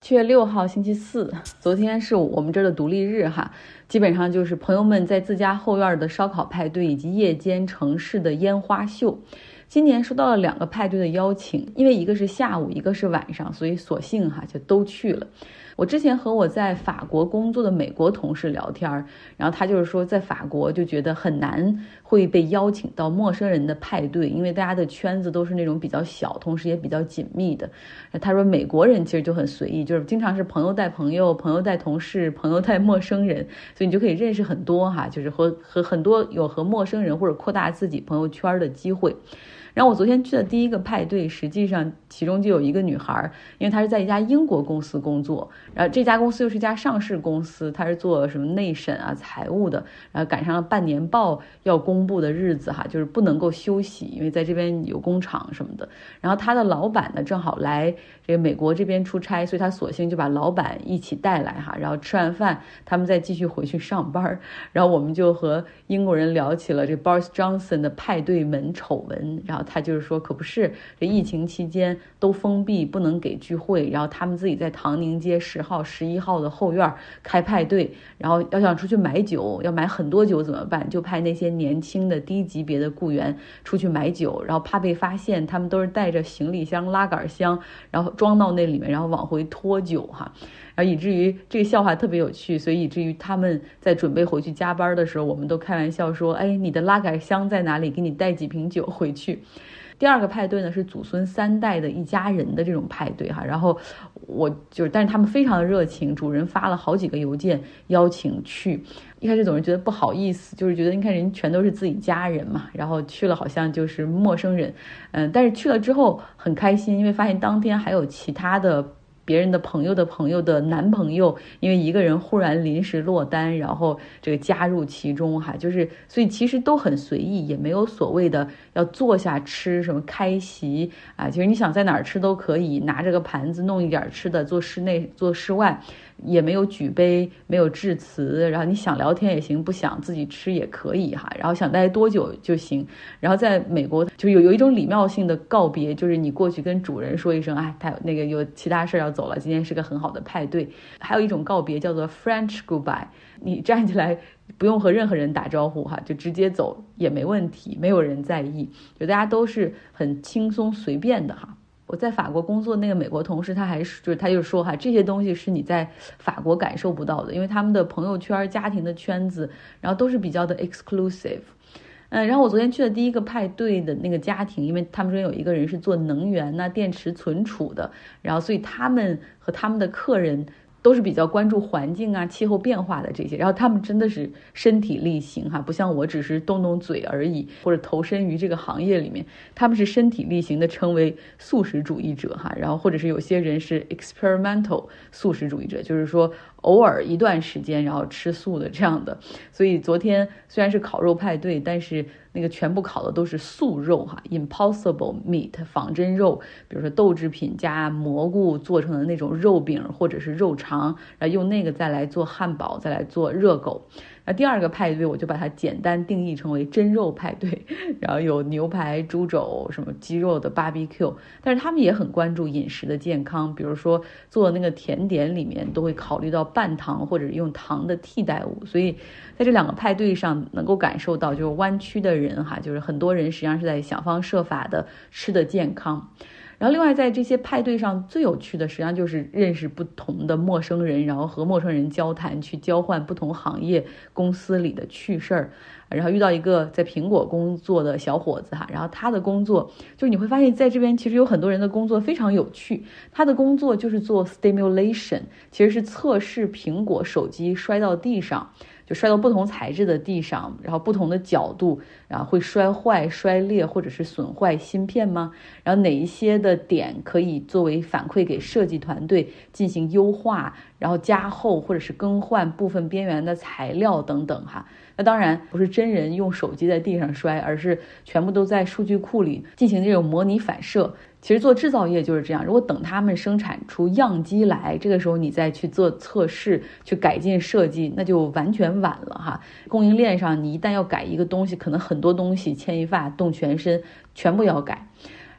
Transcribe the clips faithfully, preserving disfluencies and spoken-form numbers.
七月六号星期四，昨天是我们这儿的独立日哈，基本上就是朋友们在自家后院的烧烤派对以及夜间城市的烟花秀。今年收到了两个派对的邀请，因为一个是下午，一个是晚上，所以索性哈就都去了。我之前和我在法国工作的美国同事聊天，然后他就是说在法国就觉得很难会被邀请到陌生人的派对，因为大家的圈子都是那种比较小，同时也比较紧密的。他说美国人其实就很随意，就是经常是朋友带朋友，朋友带同事，朋友带陌生人，所以你就可以认识很多哈，就是和和很多有和陌生人或者扩大自己朋友圈的机会。然后我昨天去的第一个派对，实际上其中就有一个女孩，因为她是在一家英国公司工作，然后这家公司又是一家上市公司，她是做什么内审啊、财务的，然后赶上了半年报要公布的日子哈，就是不能够休息，因为在这边有工厂什么的。然后她的老板呢正好来这个美国这边出差，所以她索性就把老板一起带来哈，然后吃完饭他们再继续回去上班。然后我们就和英国人聊起了这 Boris Johnson 的派对门丑闻，然后他就是说可不是，这疫情期间都封闭不能给聚会，然后他们自己在唐宁街十号十一号的后院开派对，然后要想出去买酒，要买很多酒怎么办，就派那些年轻的低级别的雇员出去买酒，然后怕被发现，他们都是带着行李箱拉杆箱，然后装到那里面，然后往回拖酒哈，然后以至于这个笑话特别有趣，所以以至于他们在准备回去加班的时候，我们都开玩笑说，哎，你的拉杆箱在哪里，给你带几瓶酒回去。第二个派对呢是祖孙三代的一家人的这种派对哈，然后我就是，但是他们非常的热情，主人发了好几个邮件邀请去。一开始总是觉得不好意思，就是觉得你看人全都是自己家人嘛，然后去了好像就是陌生人，嗯，但是去了之后很开心，因为发现当天还有其他的别人的朋友的朋友的男朋友，因为一个人忽然临时落单，然后这个加入其中哈，就是所以其实都很随意，也没有所谓的要坐下吃什么开席啊，其实你想在哪儿吃都可以，拿着个盘子弄一点吃的，做室内做室外，也没有举杯，没有致辞，然后你想聊天也行，不想自己吃也可以哈，然后想待多久就行。然后在美国就有有一种礼貌性的告别，就是你过去跟主人说一声，哎，他那个有其他事要走了，今天是个很好的派对。还有一种告别叫做 French goodbye， 你站起来不用和任何人打招呼哈，就直接走也没问题，没有人在意，就大家都是很轻松随便的哈。我在法国工作那个美国同事，他还是就是他就说哈，这些东西是你在法国感受不到的，因为他们的朋友圈、家庭的圈子，然后都是比较的 exclusive。嗯，然后我昨天去的第一个派对的那个家庭，因为他们说有一个人是做能源呐、电池存储的，然后所以他们和他们的客人都是比较关注环境啊、气候变化的这些，然后他们真的是身体力行哈，不像我只是动动嘴而已，或者投身于这个行业里面，他们是身体力行的称为素食主义者哈，然后或者是有些人是 experimental 素食主义者，就是说偶尔一段时间然后吃素的这样的。所以昨天虽然是烤肉派对，但是那个全部烤的都是素肉哈 ，impossible meat 仿真肉，比如说豆制品加蘑菇做成的那种肉饼或者是肉肠，然后用那个再来做汉堡，再来做热狗。那第二个派对我就把它简单定义成为真肉派对，然后有牛排、猪肘、什么鸡肉的 barbecue， 但是他们也很关注饮食的健康，比如说做那个甜点里面都会考虑到半糖或者用糖的替代物，所以在这两个派对上能够感受到，就是湾区的人哈，就是很多人实际上是在想方设法的吃的健康。然后另外在这些派对上最有趣的实际上就是认识不同的陌生人，然后和陌生人交谈，去交换不同行业公司里的趣事儿。然后遇到一个在苹果工作的小伙子哈，然后他的工作就是你会发现在这边其实有很多人的工作非常有趣，他的工作就是做 stimulation， 其实是测试苹果手机摔到地上，就摔到不同材质的地上，然后不同的角度，然后会摔坏、摔裂或者是损坏芯片吗？然后哪一些的点可以作为反馈给设计团队进行优化，然后加厚或者是更换部分边缘的材料等等哈。那当然不是真人用手机在地上摔，而是全部都在数据库里进行这种模拟反射。其实做制造业就是这样，如果等他们生产出样机来，这个时候你再去做测试去改进设计，那就完全晚了哈。供应链上你一旦要改一个东西，可能很多东西牵一发动全身全部要改。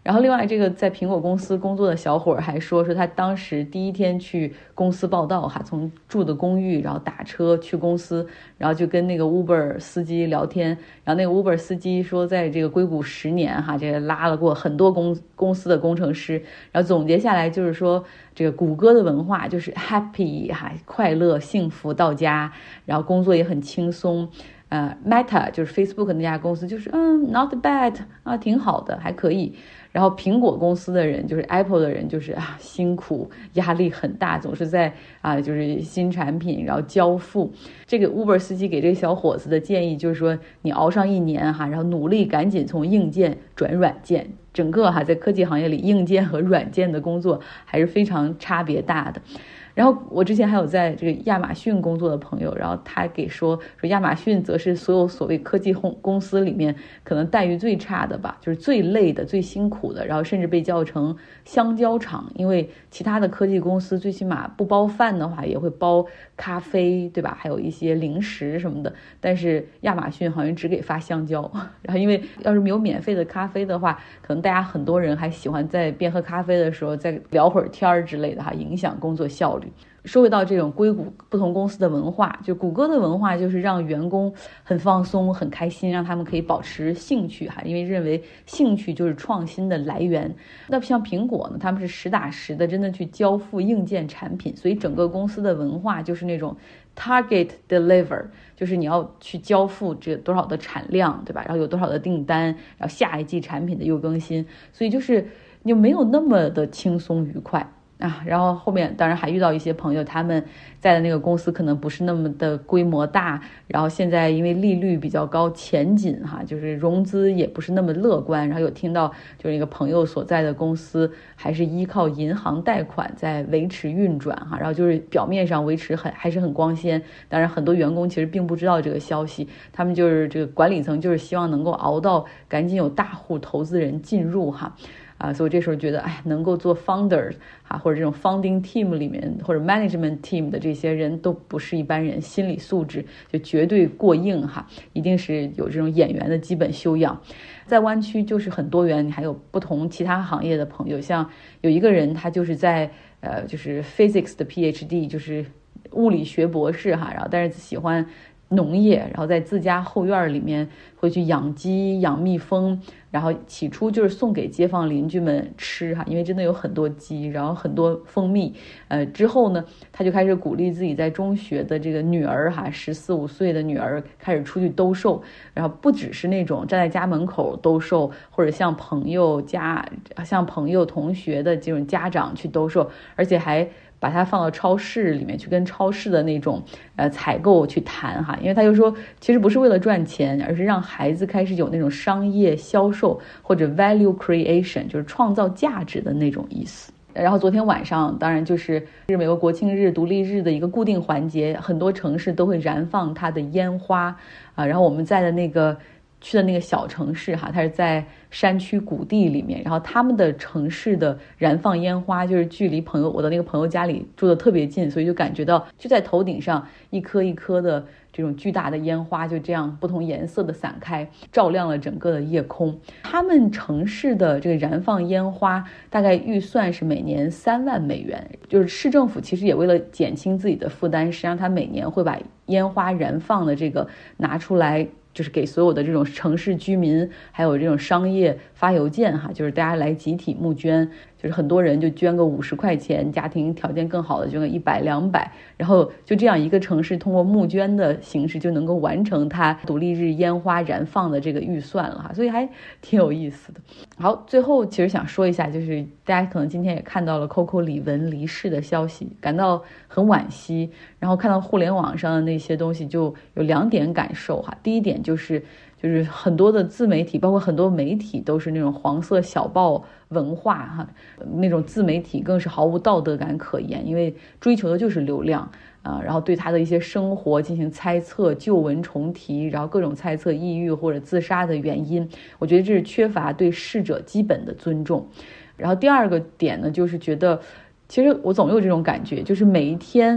然后另外这个在苹果公司工作的小伙还说说他当时第一天去公司报道哈，从住的公寓然后打车去公司，然后就跟那个 Uber 司机聊天，然后那个 Uber 司机说在这个硅谷十年哈，这个拉了过很多公公司的工程师，然后总结下来就是说这个谷歌的文化就是 happy 哈，快乐幸福到家，然后工作也很轻松。呃 Meta 就是 Facebook 那家公司就是嗯 not bad 啊，挺好的，还可以。然后苹果公司的人就是 Apple 的人就是啊辛苦，压力很大，总是在啊就是新产品然后交付。这个 Uber 司机给这个小伙子的建议就是说，你熬上一年哈，然后努力赶紧从硬件转软件。整个哈在科技行业里，硬件和软件的工作还是非常差别大的。然后我之前还有在这个亚马逊工作的朋友，然后他给说说亚马逊则是所有所谓科技公司里面可能待遇最差的吧，就是最累的最辛苦的，然后甚至被叫成香蕉厂，因为其他的科技公司最起码不包饭的话也会包咖啡对吧，还有一些零食什么的，但是亚马逊好像只给发香蕉。然后因为要是没有免费的咖啡的话，可能大家很多人还喜欢在边喝咖啡的时候再聊会儿天之类的哈，影响工作效率。说回到这种硅谷不同公司的文化，就谷歌的文化就是让员工很放松很开心，让他们可以保持兴趣哈，因为认为兴趣就是创新的来源。那像苹果呢，他们是实打实的真的去交付硬件产品，所以整个公司的文化就是那种 target deliver， 就是你要去交付这多少的产量对吧，然后有多少的订单，然后下一季产品的又更新，所以就是就没有那么的轻松愉快啊，然后后面当然还遇到一些朋友，他们在的那个公司可能不是那么的规模大，然后现在因为利率比较高，前景哈，就是融资也不是那么乐观，然后有听到就是一个朋友所在的公司还是依靠银行贷款在维持运转哈，然后就是表面上维持很还是很光鲜，当然很多员工其实并不知道这个消息，他们就是这个管理层就是希望能够熬到赶紧有大户投资人进入哈。啊，所以这时候觉得，哎，能够做 founder 啊，或者这种 founding team 里面或者 management team 的这些人都不是一般人，心理素质就绝对过硬哈，一定是有这种演员的基本修养。在湾区就是很多元，你还有不同其他行业的朋友，像有一个人他就是在呃就是 physics 的 P H D， 就是物理学博士哈，然后但是喜欢农业，然后在自家后院里面会去养鸡养蜜蜂，然后起初就是送给街坊邻居们吃哈，因为真的有很多鸡，然后很多蜂蜜，呃，之后呢，他就开始鼓励自己在中学的这个女儿哈，十四五岁的女儿开始出去兜售，然后不只是那种站在家门口兜售，或者像朋友家、像朋友同学的这种家长去兜售，而且还把它放到超市里面去跟超市的那种呃采购去谈哈，因为他就说其实不是为了赚钱，而是让孩子开始有那种商业销售或者 value creation， 就是创造价值的那种意思。然后昨天晚上当然就是是美国国庆日独立日的一个固定环节，很多城市都会燃放它的烟花啊，然后我们在的那个去的那个小城市哈，它是在山区谷地里面，然后他们的城市的燃放烟花就是距离朋友我的那个朋友家里住的特别近，所以就感觉到就在头顶上一颗一颗的这种巨大的烟花就这样不同颜色的散开，照亮了整个的夜空。他们城市的这个燃放烟花大概预算是每年三万美元，就是市政府其实也为了减轻自己的负担，实际上他每年会把烟花燃放的这个拿出来，就是给所有的这种城市居民还有这种商业发邮件哈，就是大家来集体募捐，就是很多人就捐个五十块钱，家庭条件更好的捐个一百两百，然后就这样一个城市通过募捐的形式就能够完成它独立日烟花燃放的这个预算了哈，所以还挺有意思的。好，最后其实想说一下，就是大家可能今天也看到了 Coco 李玟离世的消息，感到很惋惜，然后看到互联网上的那些东西就有两点感受哈。第一点就是就是很多的自媒体包括很多媒体都是那种黄色小报文化哈，那种自媒体更是毫无道德感可言，因为追求的就是流量啊、呃，然后对他的一些生活进行猜测，旧闻重提，然后各种猜测抑郁或者自杀的原因，我觉得这是缺乏对逝者基本的尊重。然后第二个点呢，就是觉得其实我总有这种感觉，就是每一天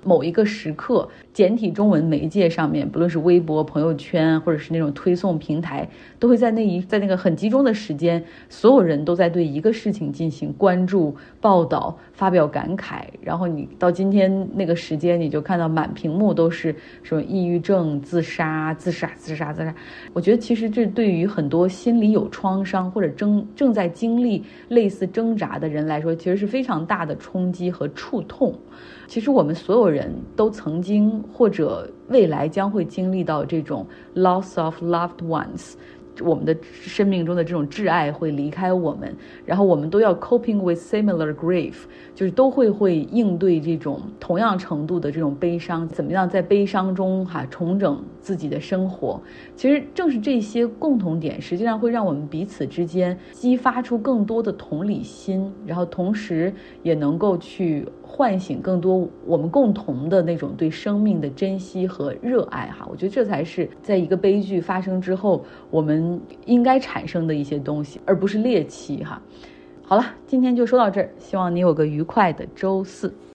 某一个时刻，简体中文媒介上面，不论是微博、朋友圈，或者是那种推送平台，都会在那一在那个很集中的时间，所有人都在对一个事情进行关注、报道、发表感慨。然后你到今天那个时间，你就看到满屏幕都是什么抑郁症、自杀、自杀、自杀、自杀。我觉得其实这对于很多心理有创伤或者正正在经历类似挣扎的人来说，其实是非常大的冲击和触痛。其实我们所有人都曾经或者未来将会经历到这种 loss of loved ones，我们的生命中的这种挚爱会离开我们，然后我们都要 coping with similar grief， 就是都会会应对这种同样程度的这种悲伤，怎么样在悲伤中哈、啊、重整自己的生活。其实正是这些共同点，实际上会让我们彼此之间激发出更多的同理心，然后同时也能够去唤醒更多我们共同的那种对生命的珍惜和热爱哈。我觉得这才是在一个悲剧发生之后我们应该产生的一些东西，而不是猎奇哈。好了，今天就说到这儿，希望你有个愉快的周四。